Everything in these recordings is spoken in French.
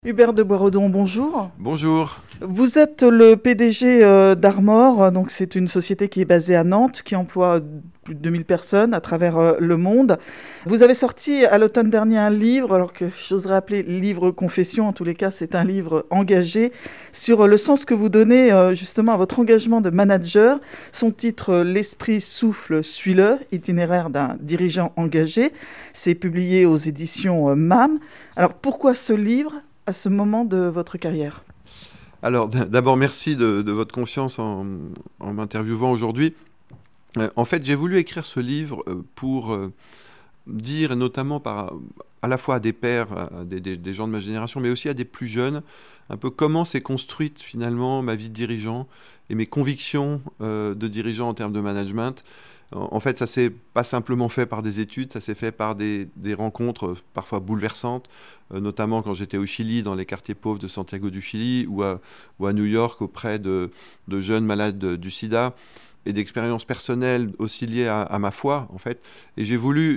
Hubert de Boisredon, bonjour. Bonjour. Vous êtes le PDG d'Armor, donc c'est une société qui est basée à Nantes, qui emploie plus de 2000 personnes à travers le monde. Vous avez sorti à l'automne dernier un livre, alors que j'oserais appeler livre confession, en tous les cas c'est un livre engagé, sur le sens que vous donnez justement à votre engagement de manager. Son titre L'esprit souffle, suis-le, itinéraire d'un dirigeant engagé. C'est publié aux éditions MAM. Alors pourquoi ce livre à ce moment de votre carrière? Alors d'abord, merci de votre confiance en m'interviewant aujourd'hui. En fait, j'ai voulu écrire ce livre pour dire, notamment à la fois à des pairs, à des gens de ma génération, mais aussi à des plus jeunes, un peu comment s'est construite finalement ma vie de dirigeant et mes convictions de dirigeant en termes de management. En fait, ça s'est pas simplement fait par des études, ça s'est fait par des rencontres parfois bouleversantes, notamment quand j'étais au Chili, dans les quartiers pauvres de Santiago du Chili, ou à New York auprès de jeunes malades du sida, et d'expériences personnelles aussi liées à ma foi, en fait. Et j'ai voulu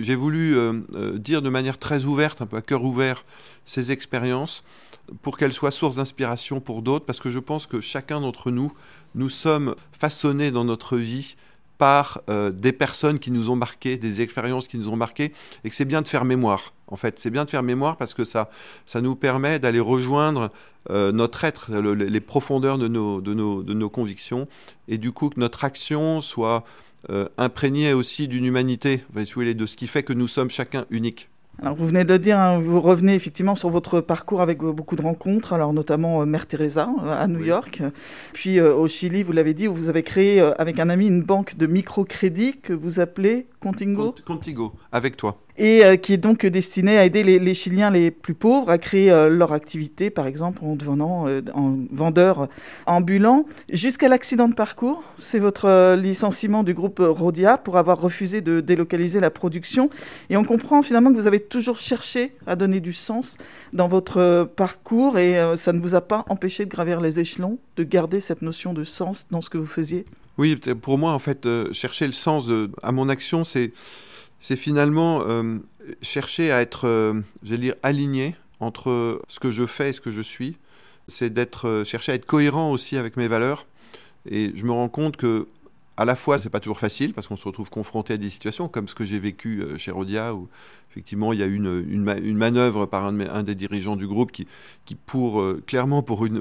dire de manière très ouverte, un peu à cœur ouvert, ces expériences pour qu'elles soient source d'inspiration pour d'autres, parce que je pense que chacun d'entre nous, nous sommes façonnés dans notre vie par des personnes qui nous ont marqués, des expériences qui nous ont marqués, et que c'est bien de faire mémoire. En fait, c'est bien de faire mémoire parce que ça nous permet d'aller rejoindre notre être, les profondeurs de nos convictions, et du coup que notre action soit imprégnée aussi d'une humanité, de ce qui fait que nous sommes chacun uniques. Alors vous venez de le dire, hein, vous revenez effectivement sur votre parcours avec beaucoup de rencontres, alors notamment Mère Teresa à New York, puis au Chili, vous l'avez dit, où vous avez créé avec un ami une banque de microcrédit que vous appelez Contigo. Contigo, avec toi. Et qui est donc destinée à aider les Chiliens les plus pauvres à créer leur activité, par exemple en devenant en vendeur ambulant. Jusqu'à l'accident de parcours, c'est votre licenciement du groupe Rhodia pour avoir refusé de délocaliser la production. Et on comprend finalement que vous avez toujours cherché à donner du sens dans votre parcours et ça ne vous a pas empêché de gravir les échelons, de garder cette notion de sens dans ce que vous faisiez? Oui, pour moi, en fait, chercher le sens à mon action, c'est finalement chercher à être, aligné entre ce que je fais et ce que je suis. C'est chercher à être cohérent aussi avec mes valeurs. Et je me rends compte que, à la fois, c'est pas toujours facile parce qu'on se retrouve confronté à des situations comme ce que j'ai vécu chez Rhodia, où effectivement il y a eu une manœuvre par un des dirigeants du groupe qui clairement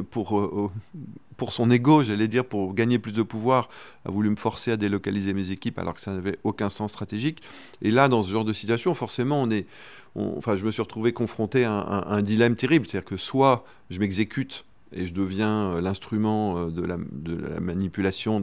pour son ego, j'allais dire, pour gagner plus de pouvoir, a voulu me forcer à délocaliser mes équipes alors que ça n'avait aucun sens stratégique. Et là, dans ce genre de situation, forcément, je me suis retrouvé confronté à un dilemme terrible. C'est-à-dire que soit je m'exécute et je deviens l'instrument de la manipulation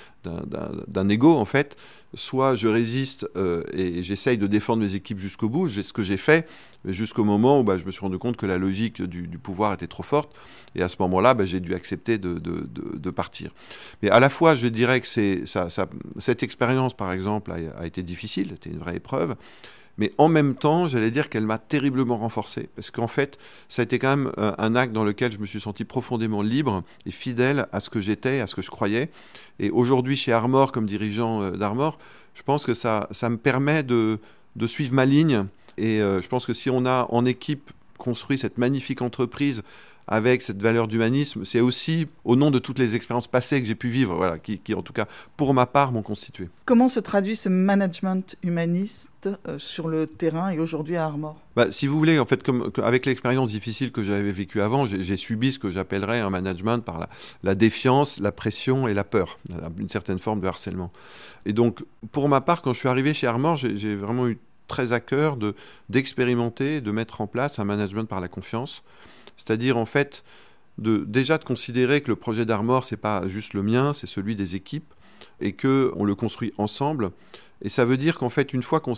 d'un ego, en fait, soit je résiste et j'essaye de défendre mes équipes jusqu'au bout, ce que j'ai fait, jusqu'au moment où je me suis rendu compte que la logique du pouvoir était trop forte, et à ce moment-là, j'ai dû accepter de partir. Mais à la fois, je dirais que cette expérience, par exemple, a été difficile, c'était une vraie épreuve, mais en même temps, j'allais dire qu'elle m'a terriblement renforcé, parce qu'en fait, ça a été quand même un acte dans lequel je me suis senti profondément libre et fidèle à ce que j'étais, à ce que je croyais. Et aujourd'hui, chez Armor, comme dirigeant d'Armor, je pense que ça me permet de suivre ma ligne. Et je pense que si on a en équipe construit cette magnifique entreprise avec cette valeur d'humanisme, c'est aussi au nom de toutes les expériences passées que j'ai pu vivre, voilà, qui en tout cas, pour ma part, m'ont constitué. Comment se traduit ce management humaniste sur le terrain et aujourd'hui à Armor? Si vous voulez, en fait, avec l'expérience difficile que j'avais vécue avant, j'ai subi ce que j'appellerais un management par la défiance, la pression et la peur, une certaine forme de harcèlement. Et donc, pour ma part, quand je suis arrivé chez Armor, j'ai vraiment eu très à cœur d'expérimenter, de mettre en place un management par la confiance. C'est-à-dire, en fait, déjà de considérer que le projet d'Armor, c'est pas juste le mien, c'est celui des équipes, et qu'on le construit ensemble. Et ça veut dire qu'en fait, une fois que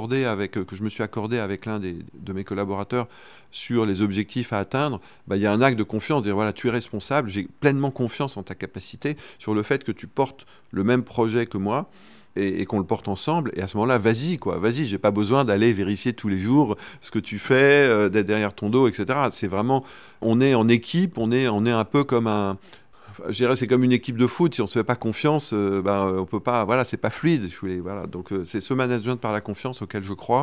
je me suis accordé avec l'un de mes collaborateurs sur les objectifs à atteindre, il y a un acte de confiance, dire voilà, tu es responsable, j'ai pleinement confiance en ta capacité, sur le fait que tu portes le même projet que moi, et qu'on le porte ensemble, et à ce moment-là, vas-y, j'ai pas besoin d'aller vérifier tous les jours ce que tu fais, d'être derrière ton dos, etc. C'est vraiment, on est en équipe, on est un peu comme je dirais, c'est comme une équipe de foot, si on se fait pas confiance, on peut pas, voilà, c'est pas fluide, voilà. Donc c'est ce management par la confiance auquel je crois,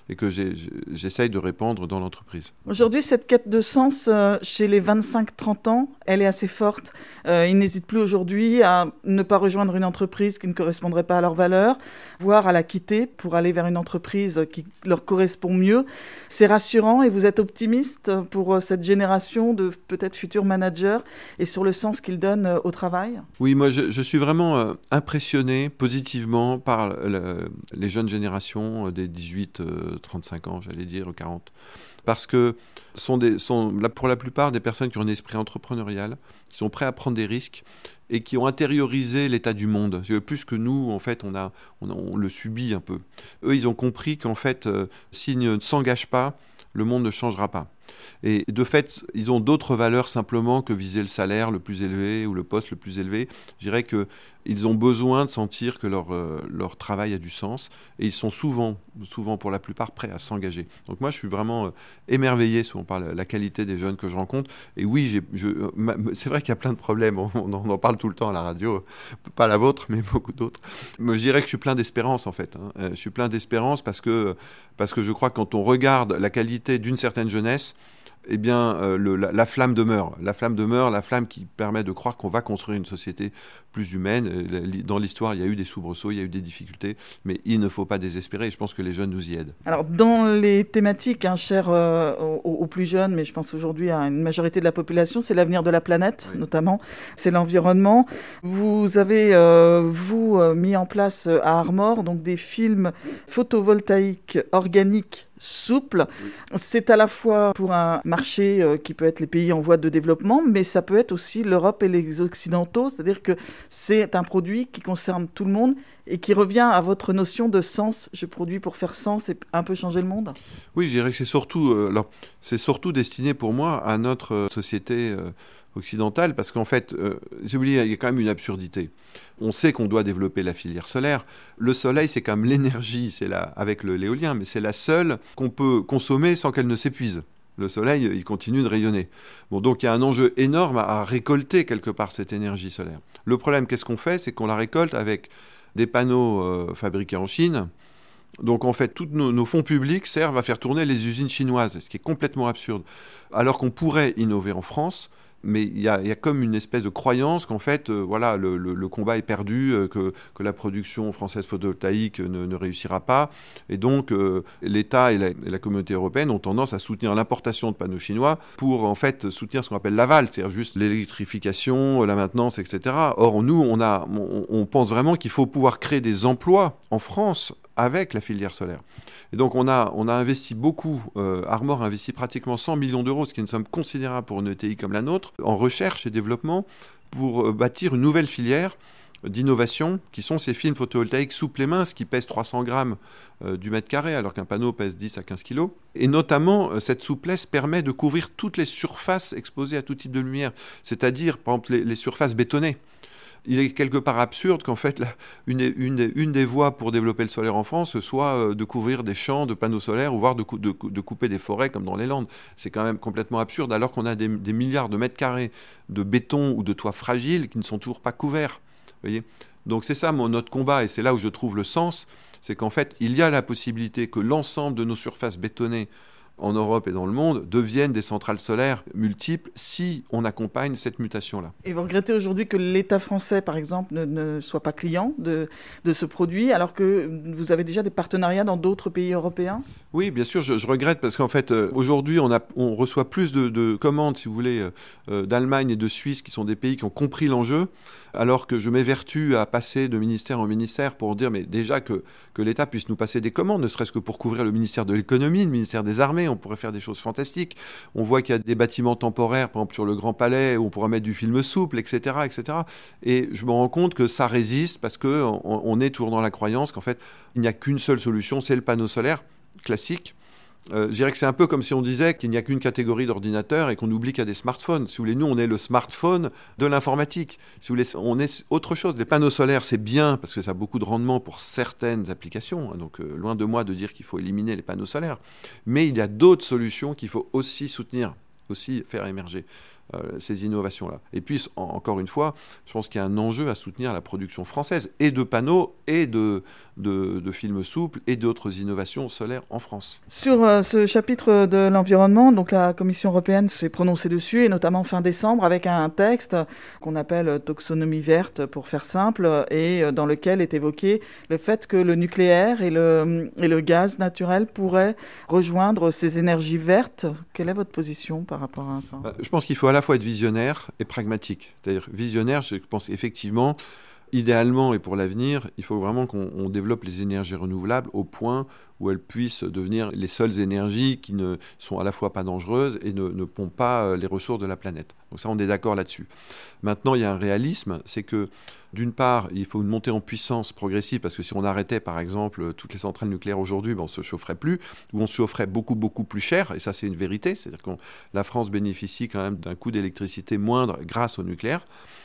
et que j'essaye de répandre dans l'entreprise. Aujourd'hui, cette quête de sens chez les 25-30 ans, elle est assez forte. Ils n'hésitent plus aujourd'hui à ne pas rejoindre une entreprise qui ne correspondrait pas à leurs valeurs, voire à la quitter pour aller vers une entreprise qui leur correspond mieux. C'est rassurant et vous êtes optimiste pour cette génération de peut-être futurs managers et sur le sens qu'ils donnent au travail ? Oui, moi je suis vraiment impressionné positivement par les jeunes générations des 18-35 ans, j'allais dire 40. Parce que sont pour la plupart des personnes qui ont un esprit entrepreneurial, qui sont prêts à prendre des risques et qui ont intériorisé l'état du monde. Plus que nous, en fait, on le subit un peu. Eux, ils ont compris qu'en fait, s'ils ne s'engagent pas, le monde ne changera pas. Et de fait, ils ont d'autres valeurs simplement que viser le salaire le plus élevé ou le poste le plus élevé. Je dirais qu'ils ont besoin de sentir que leur travail a du sens et ils sont souvent pour la plupart prêts à s'engager. Donc moi, je suis vraiment émerveillé souvent par la qualité des jeunes que je rencontre. Et oui, c'est vrai qu'il y a plein de problèmes. On en parle tout le temps à la radio, pas la vôtre, mais beaucoup d'autres. Mais je dirais que je suis plein d'espérance en fait. Je suis plein d'espérance parce que je crois que quand on regarde la qualité d'une certaine jeunesse, eh bien, la flamme demeure. La flamme qui permet de croire qu'on va construire une société plus humaine. Dans l'histoire, il y a eu des soubresauts, il y a eu des difficultés, mais il ne faut pas désespérer et je pense que les jeunes nous y aident. Alors, dans les thématiques chères aux plus jeunes, mais je pense aujourd'hui à une majorité de la population, c'est l'avenir de la planète, oui. Notamment, c'est l'environnement. Vous avez, mis en place à Armor donc des films photovoltaïques organiques souple. Oui. C'est à la fois pour un marché qui peut être les pays en voie de développement, mais ça peut être aussi l'Europe et les Occidentaux, c'est-à-dire que c'est un produit qui concerne tout le monde et qui revient à votre notion de sens. Je produis pour faire sens et un peu changer le monde. Oui, je dirais que c'est surtout destiné pour moi à notre société occidentale, parce qu'en fait, si vous voulez, il y a quand même une absurdité. On sait qu'on doit développer la filière solaire. Le soleil, c'est quand même l'énergie, avec l'éolien, mais c'est la seule qu'on peut consommer sans qu'elle ne s'épuise. Le soleil, il continue de rayonner. Bon, donc il y a un enjeu énorme à récolter quelque part cette énergie solaire. Le problème, qu'est-ce qu'on fait ? C'est qu'on la récolte avec des panneaux fabriqués en Chine. Donc en fait, tous nos fonds publics servent à faire tourner les usines chinoises, ce qui est complètement absurde. Alors qu'on pourrait innover en France, mais il y a comme une espèce de croyance qu'en fait, le combat est perdu, que la production française photovoltaïque ne réussira pas. Et donc, l'État et la communauté européenne ont tendance à soutenir l'importation de panneaux chinois pour en fait soutenir ce qu'on appelle l'aval, c'est-à-dire juste l'électrification, la maintenance, etc. Or, nous, on pense vraiment qu'il faut pouvoir créer des emplois en France avec la filière solaire. Et donc on a investi beaucoup, Armor a investi pratiquement 100 millions d'euros, ce qui est une somme considérable pour une ETI comme la nôtre, en recherche et développement pour bâtir une nouvelle filière d'innovation qui sont ces films photovoltaïques souples et minces qui pèsent 300 grammes du mètre carré alors qu'un panneau pèse 10 à 15 kilos. Et notamment, cette souplesse permet de couvrir toutes les surfaces exposées à tout type de lumière, c'est-à-dire par exemple les surfaces bétonnées. Il est quelque part absurde qu'en fait, une des voies pour développer le solaire en France soit de couvrir des champs de panneaux solaires ou voire de couper des forêts comme dans les Landes. C'est quand même complètement absurde alors qu'on a des milliards de mètres carrés de béton ou de toits fragiles qui ne sont toujours pas couverts. Vous voyez ? Donc c'est ça notre combat et c'est là où je trouve le sens. C'est qu'en fait, il y a la possibilité que l'ensemble de nos surfaces bétonnées en Europe et dans le monde, deviennent des centrales solaires multiples si on accompagne cette mutation-là. Et vous regrettez aujourd'hui que l'État français, par exemple, ne soit pas client de ce produit, alors que vous avez déjà des partenariats dans d'autres pays européens ? Oui, bien sûr, je regrette parce qu'en fait, aujourd'hui, on reçoit plus de commandes, si vous voulez, d'Allemagne et de Suisse, qui sont des pays qui ont compris l'enjeu, alors que je m'évertue à passer de ministère en ministère pour dire, mais déjà que l'État puisse nous passer des commandes, ne serait-ce que pour couvrir le ministère de l'économie, le ministère des armées, on pourrait faire des choses fantastiques. On voit qu'il y a des bâtiments temporaires, par exemple sur le Grand Palais, où on pourrait mettre du film souple, etc., etc. Et je me rends compte que ça résiste parce qu'on est toujours dans la croyance qu'en fait, il n'y a qu'une seule solution, c'est le panneau solaire classique. Je dirais que c'est un peu comme si on disait qu'il n'y a qu'une catégorie d'ordinateurs et qu'on oublie qu'il y a des smartphones. Si vous voulez, nous, on est le smartphone de l'informatique. Si vous voulez, on est autre chose. Les panneaux solaires, c'est bien parce que ça a beaucoup de rendement pour certaines applications. Donc, loin de moi de dire qu'il faut éliminer les panneaux solaires. Mais il y a d'autres solutions qu'il faut aussi soutenir, aussi faire émerger. ces innovations-là. Et puis, encore une fois, je pense qu'il y a un enjeu à soutenir la production française, et de panneaux, et de films souples, et d'autres innovations solaires en France. Sur ce chapitre de l'environnement, donc la Commission européenne s'est prononcée dessus, et notamment fin décembre, avec un texte qu'on appelle taxonomie verte, pour faire simple, et dans lequel est évoqué le fait que le nucléaire et le gaz naturel pourraient rejoindre ces énergies vertes. Quelle est votre position par rapport à ça ? Je pense qu'il faut à la fois être visionnaire et pragmatique. C'est-à-dire visionnaire, je pense effectivement, idéalement et pour l'avenir, il faut vraiment qu'on développe les énergies renouvelables au point où elles puissent devenir les seules énergies qui ne sont à la fois pas dangereuses et ne pompent pas les ressources de la planète. Donc ça, on est d'accord là-dessus. Maintenant, il y a un réalisme, c'est que d'une part, il faut une montée en puissance progressive, parce que si on arrêtait, par exemple, toutes les centrales nucléaires aujourd'hui, on ne se chaufferait plus, ou on se chaufferait beaucoup, beaucoup plus cher, et ça, c'est une vérité. C'est-à-dire que la France bénéficie quand même d'un coût d'électricité moindre grâce au nucléaire.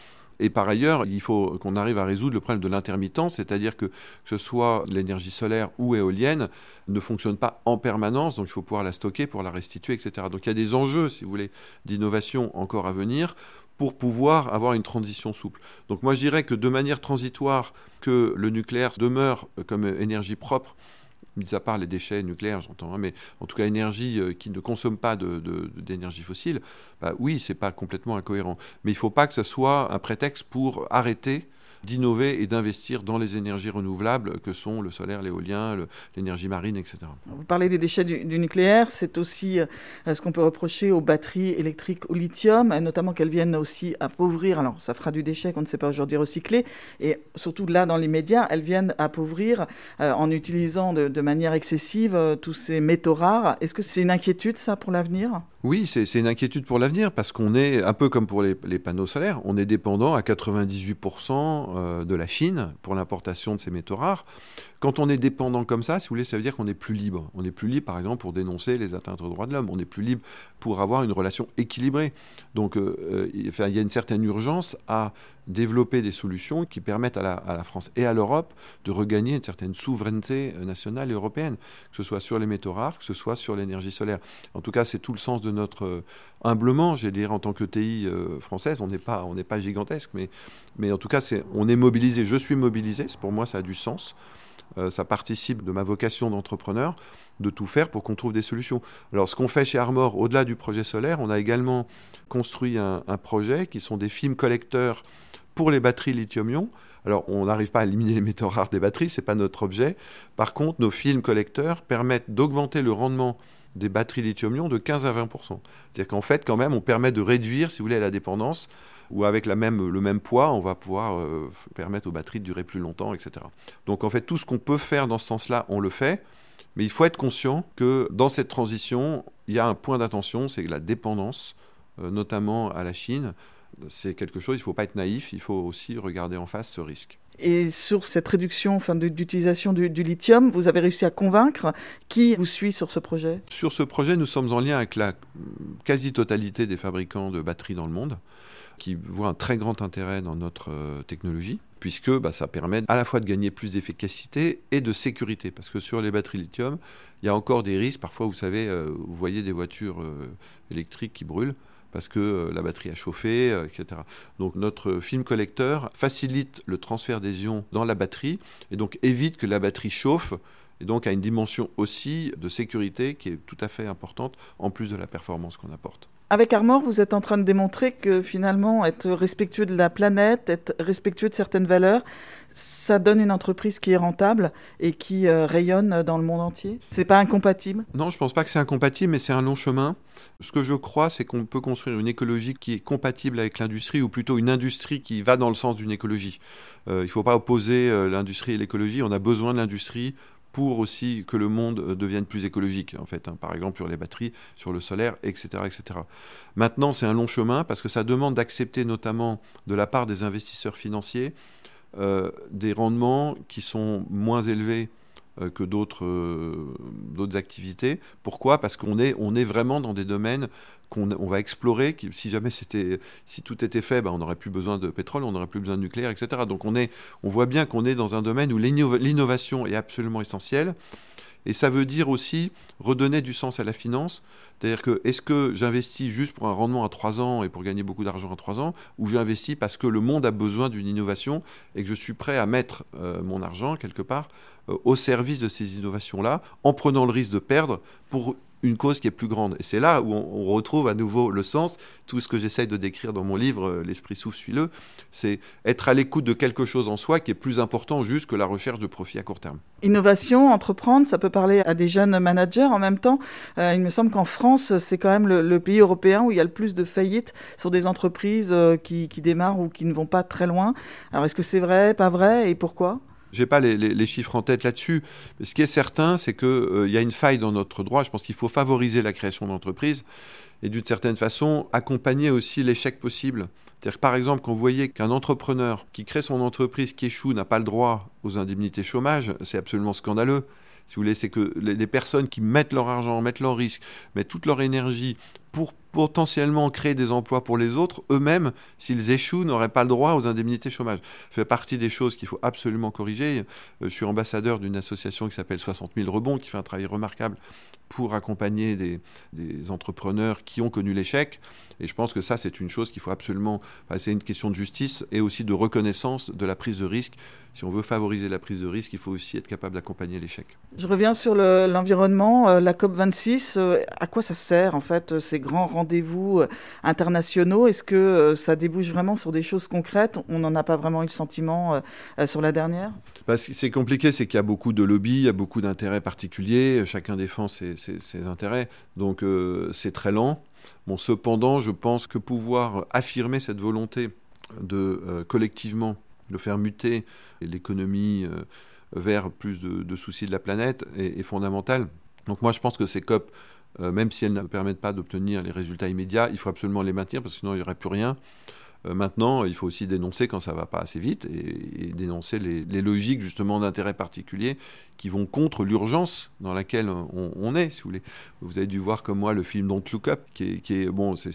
Et par ailleurs, il faut qu'on arrive à résoudre le problème de l'intermittence, c'est-à-dire que ce soit l'énergie solaire ou éolienne ne fonctionne pas en permanence, donc il faut pouvoir la stocker pour la restituer, etc. Donc il y a des enjeux, si vous voulez, d'innovation encore à venir pour pouvoir avoir une transition souple. Donc moi je dirais que de manière transitoire, que le nucléaire demeure comme énergie propre, mis à part les déchets nucléaires, j'entends, mais en tout cas énergie qui ne consomme pas d'énergie fossile, oui, c'est pas complètement incohérent. Mais il ne faut pas que ce soit un prétexte pour arrêter d'innover et d'investir dans les énergies renouvelables que sont le solaire, l'éolien, l'énergie marine, etc. Vous parlez des déchets du nucléaire, c'est aussi ce qu'on peut reprocher aux batteries électriques au lithium, notamment qu'elles viennent aussi appauvrir, alors ça fera du déchet qu'on ne sait pas aujourd'hui recycler, et surtout là dans l'immédiat, elles viennent appauvrir en utilisant de manière excessive tous ces métaux rares. Est-ce que c'est une inquiétude ça pour l'avenir ? Oui, c'est une inquiétude pour l'avenir, parce qu'on est, un peu comme pour les panneaux solaires, on est dépendant à 98% de la Chine pour l'importation de ces métaux rares. Quand on est dépendant comme ça, si vous voulez, ça veut dire qu'on n'est plus libre. On n'est plus libre, par exemple, pour dénoncer les atteintes aux droits de l'homme. On n'est plus libre pour avoir une relation équilibrée. Donc, il y a une certaine urgence à développer des solutions qui permettent à la France et à l'Europe de regagner une certaine souveraineté nationale et européenne, que ce soit sur les métaux rares, que ce soit sur l'énergie solaire. En tout cas, c'est tout le sens de notre humblement, j'ai dire, en tant que TI française, on n'est pas gigantesque, mais en tout cas, on est mobilisé. Je suis mobilisé, pour moi, ça a du sens. Ça participe de ma vocation d'entrepreneur de tout faire pour qu'on trouve des solutions. Alors, ce qu'on fait chez Armor, au-delà du projet solaire, on a également construit un projet qui sont des films collecteurs pour les batteries lithium-ion. Alors, on n'arrive pas à éliminer les métaux rares des batteries, ce n'est pas notre objet. Par contre, nos films collecteurs permettent d'augmenter le rendement des batteries lithium-ion de 15 à 20%. C'est-à-dire qu'en fait, quand même, on permet de réduire, si vous voulez, la dépendance, ou avec le même poids, on va pouvoir permettre aux batteries de durer plus longtemps, etc. Donc, en fait, tout ce qu'on peut faire dans ce sens-là, on le fait. Mais il faut être conscient que dans cette transition, il y a un point d'attention, c'est la dépendance, notamment à la Chine. C'est quelque chose, il ne faut pas être naïf, il faut aussi regarder en face ce risque. Et sur cette réduction d'utilisation du lithium, vous avez réussi à convaincre qui vous suit sur ce projet ? Sur ce projet, nous sommes en lien avec la quasi-totalité des fabricants de batteries dans le monde, qui voient un très grand intérêt dans notre technologie, puisque ça permet à la fois de gagner plus d'efficacité et de sécurité. Parce que sur les batteries lithium, il y a encore des risques. Parfois, vous savez, vous voyez des voitures électriques qui brûlent parce que la batterie a chauffé, etc. Donc notre film collecteur facilite le transfert des ions dans la batterie et donc évite que la batterie chauffe, et donc a une dimension aussi de sécurité qui est tout à fait importante, en plus de la performance qu'on apporte. Avec Armor, vous êtes en train de démontrer que finalement, être respectueux de la planète, être respectueux de certaines valeurs, ça donne une entreprise qui est rentable et qui rayonne dans le monde entier. C'est pas incompatible ? Non, je ne pense pas que c'est incompatible, mais c'est un long chemin. Ce que je crois, c'est qu'on peut construire une écologie qui est compatible avec l'industrie, ou plutôt une industrie qui va dans le sens d'une écologie. Il ne faut pas opposer l'industrie et l'écologie. On a besoin de l'industrie pour aussi que le monde devienne plus écologique, en fait, par exemple sur les batteries, sur le solaire, etc., etc. Maintenant, c'est un long chemin parce que ça demande d'accepter notamment de la part des investisseurs financiers des rendements qui sont moins élevés que d'autres activités. Pourquoi ? Parce qu'on est vraiment dans des domaines qu'on va explorer. Si tout était fait, on n'aurait plus besoin de pétrole, on n'aurait plus besoin de nucléaire, etc. Donc on voit bien qu'on est dans un domaine où l'innovation est absolument essentielle. Et ça veut dire aussi redonner du sens à la finance. C'est-à-dire que, est-ce que j'investis juste pour un rendement à 3 ans et pour gagner beaucoup d'argent à 3 ans, ou j'investis parce que le monde a besoin d'une innovation et que je suis prêt à mettre mon argent, quelque part, au service de ces innovations-là, en prenant le risque de perdre pour une cause qui est plus grande. Et c'est là où on retrouve à nouveau le sens. Tout ce que j'essaye de décrire dans mon livre, L'esprit souffle, suis-le, c'est être à l'écoute de quelque chose en soi qui est plus important juste que la recherche de profit à court terme. Innovation, entreprendre, ça peut parler à des jeunes managers en même temps. Il me semble qu'en France, c'est quand même le pays européen où il y a le plus de faillites sur des entreprises qui démarrent ou qui ne vont pas très loin. Alors est-ce que c'est vrai, pas vrai et pourquoi ? Je n'ai pas les chiffres en tête là-dessus, mais ce qui est certain, c'est qu'il y a une faille dans notre droit. Je pense qu'il faut favoriser la création d'entreprises et d'une certaine façon accompagner aussi l'échec possible. C'est-à-dire que, par exemple, quand vous voyez qu'un entrepreneur qui crée son entreprise qui échoue n'a pas le droit aux indemnités chômage, c'est absolument scandaleux. Si vous voulez, c'est que les personnes qui mettent leur argent, mettent leur risque, mettent toute leur énergie pour potentiellement créer des emplois pour les autres, eux-mêmes, s'ils échouent, n'auraient pas le droit aux indemnités chômage. Ça fait partie des choses qu'il faut absolument corriger. Je suis ambassadeur d'une association qui s'appelle 60 000 rebonds, qui fait un travail remarquable pour accompagner des entrepreneurs qui ont connu l'échec. Et je pense que ça, c'est une chose qu'il faut absolument... c'est une question de justice et aussi de reconnaissance de la prise de risque. Si on veut favoriser la prise de risque, il faut aussi être capable d'accompagner l'échec. Je reviens sur l'environnement, la COP26. À quoi ça sert, en fait, ces grands rendez-vous internationaux ? Est-ce que ça débouche vraiment sur des choses concrètes ? On n'en a pas vraiment eu le sentiment sur la dernière ? C'est compliqué, c'est qu'il y a beaucoup de lobbies, il y a beaucoup d'intérêts particuliers. Chacun défend ses intérêts. Donc, c'est très lent. Bon, cependant, je pense que pouvoir affirmer cette volonté de collectivement de faire muter l'économie vers plus de soucis de la planète est fondamental. Donc moi, je pense que ces COP, même si elles ne permettent pas d'obtenir les résultats immédiats, il faut absolument les maintenir parce que sinon il n'y aurait plus rien. Maintenant, il faut aussi dénoncer quand ça ne va pas assez vite et dénoncer les logiques justement d'intérêt particulier qui vont contre l'urgence dans laquelle on est, si vous voulez. Vous avez dû voir comme moi le film Don't Look Up, qui est bon, c'est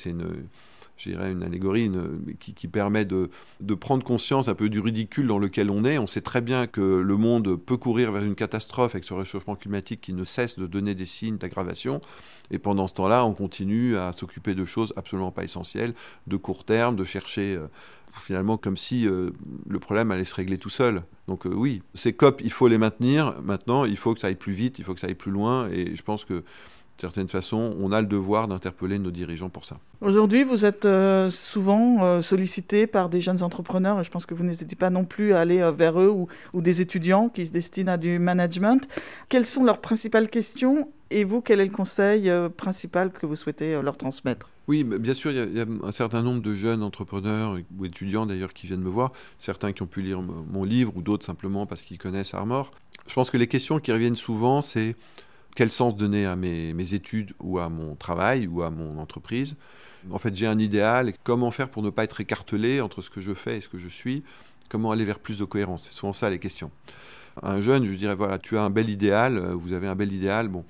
je dirais une allégorie qui permet de prendre conscience un peu du ridicule dans lequel on est. On sait très bien que le monde peut courir vers une catastrophe avec ce réchauffement climatique qui ne cesse de donner des signes d'aggravation. Et pendant ce temps-là, on continue à s'occuper de choses absolument pas essentielles, de court terme, de chercher finalement comme si le problème allait se régler tout seul. Donc oui, ces COP, il faut les maintenir. Maintenant, il faut que ça aille plus vite, il faut que ça aille plus loin. Et je pense que de certaine façon, on a le devoir d'interpeller nos dirigeants pour ça. Aujourd'hui, vous êtes souvent sollicité par des jeunes entrepreneurs et je pense que vous n'hésitez pas non plus à aller vers eux ou des étudiants qui se destinent à du management. Quelles sont leurs principales questions et vous, quel est le conseil principal que vous souhaitez leur transmettre ? Oui, bien sûr, il y a un certain nombre de jeunes entrepreneurs ou étudiants d'ailleurs qui viennent me voir, certains qui ont pu lire mon livre ou d'autres simplement parce qu'ils connaissent Armor. Je pense que les questions qui reviennent souvent, c'est quel sens donner à mes études ou à mon travail ou à mon entreprise. En fait, j'ai un idéal. Comment faire pour ne pas être écartelé entre ce que je fais et ce que je suis ? Comment aller vers plus de cohérence ? C'est souvent ça les questions. Un jeune, je dirais, voilà, tu as un bel idéal, vous avez un bel idéal, bon,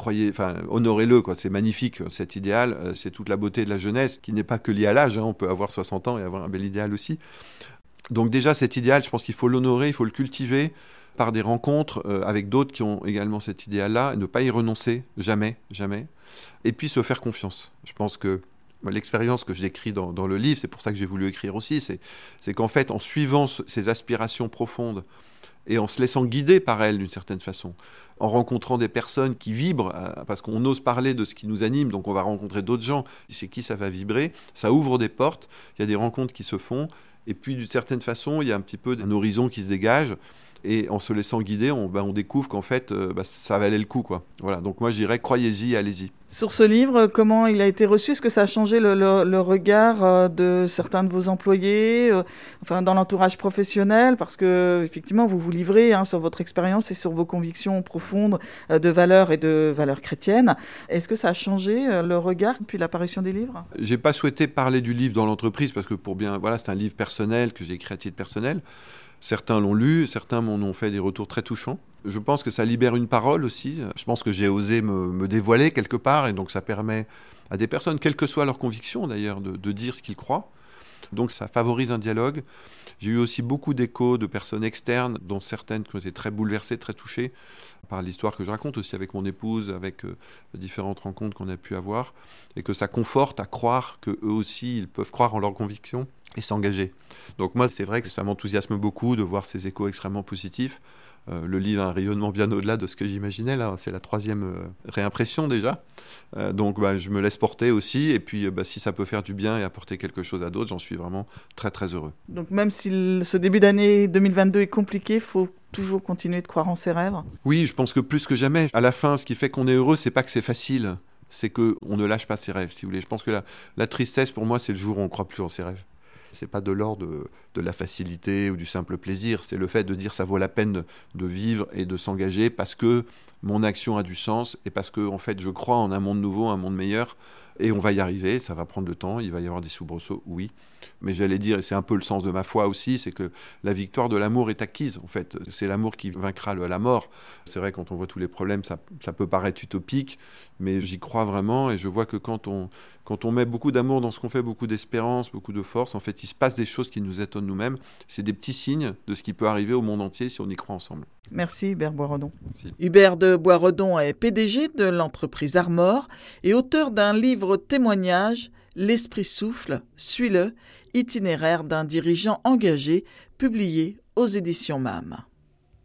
honorez-le, quoi. C'est magnifique, cet idéal, c'est toute la beauté de la jeunesse, qui n'est pas que liée à l'âge, hein. On peut avoir 60 ans et avoir un bel idéal aussi. Donc déjà, cet idéal, je pense qu'il faut l'honorer, il faut le cultiver, par des rencontres avec d'autres qui ont également cet idéal-là, et ne pas y renoncer, jamais, jamais. Et puis se faire confiance. Je pense que l'expérience que je décris dans le livre, c'est pour ça que j'ai voulu écrire aussi, c'est qu'en fait, en suivant ces aspirations profondes et en se laissant guider par elles d'une certaine façon, en rencontrant des personnes qui vibrent, parce qu'on ose parler de ce qui nous anime, donc on va rencontrer d'autres gens chez qui ça va vibrer, ça ouvre des portes, il y a des rencontres qui se font, et puis d'une certaine façon, il y a un petit peu un horizon qui se dégage. Et en se laissant guider, on découvre qu'en fait, ça valait le coup, quoi. Voilà, donc moi, je dirais, croyez-y, allez-y. Sur ce livre, comment il a été reçu ? Est-ce que ça a changé le regard de certains de vos employés, dans l'entourage professionnel ? Parce que, effectivement, vous vous livrez sur votre expérience et sur vos convictions profondes de valeurs et de valeurs chrétiennes. Est-ce que ça a changé le regard depuis l'apparition des livres ? J'ai pas souhaité parler du livre dans l'entreprise parce que c'est un livre personnel que j'ai écrit à titre personnel. Certains l'ont lu, certains m'en ont fait des retours très touchants. Je pense que ça libère une parole aussi. Je pense que j'ai osé me dévoiler quelque part et donc ça permet à des personnes, quelles que soient leurs convictions d'ailleurs, de dire ce qu'ils croient. Donc ça favorise un dialogue. J'ai eu aussi beaucoup d'échos de personnes externes, dont certaines qui ont été très bouleversées, très touchées par l'histoire que je raconte aussi avec mon épouse, avec différentes rencontres qu'on a pu avoir, et que ça conforte à croire qu'eux aussi, ils peuvent croire en leurs convictions et s'engager. Donc moi, c'est vrai que ça m'enthousiasme beaucoup de voir ces échos extrêmement positifs. Le livre a un rayonnement bien au-delà de ce que j'imaginais. Là, c'est la 3e réimpression déjà. Donc, je me laisse porter aussi. Et puis, si ça peut faire du bien et apporter quelque chose à d'autres, j'en suis vraiment très, très heureux. Donc, même si ce début d'année 2022 est compliqué, il faut toujours continuer de croire en ses rêves. Oui, je pense que plus que jamais. À la fin, ce qui fait qu'on est heureux, c'est pas que c'est facile. C'est qu'on ne lâche pas ses rêves, si vous voulez. Je pense que la tristesse, pour moi, c'est le jour où on ne croit plus en ses rêves. C'est pas de l'ordre de la facilité ou du simple plaisir, c'est le fait de dire ça vaut la peine de vivre et de s'engager parce que mon action a du sens et parce que en fait je crois en un monde nouveau, un monde meilleur et on va y arriver, ça va prendre du temps, il va y avoir des soubresauts, oui. Mais j'allais dire, et c'est un peu le sens de ma foi aussi, c'est que la victoire de l'amour est acquise, en fait. C'est l'amour qui vaincra la mort. C'est vrai, quand on voit tous les problèmes, ça peut paraître utopique, mais j'y crois vraiment, et je vois que quand on met beaucoup d'amour dans ce qu'on fait, beaucoup d'espérance, beaucoup de force, en fait, il se passe des choses qui nous étonnent nous-mêmes. C'est des petits signes de ce qui peut arriver au monde entier si on y croit ensemble. Merci Hubert Boisredon. Merci. Hubert de Boisredon est PDG de l'entreprise Armor et auteur d'un livre témoignage, L'Esprit souffle, suis-le, itinéraire d'un dirigeant engagé, publié aux éditions MAM.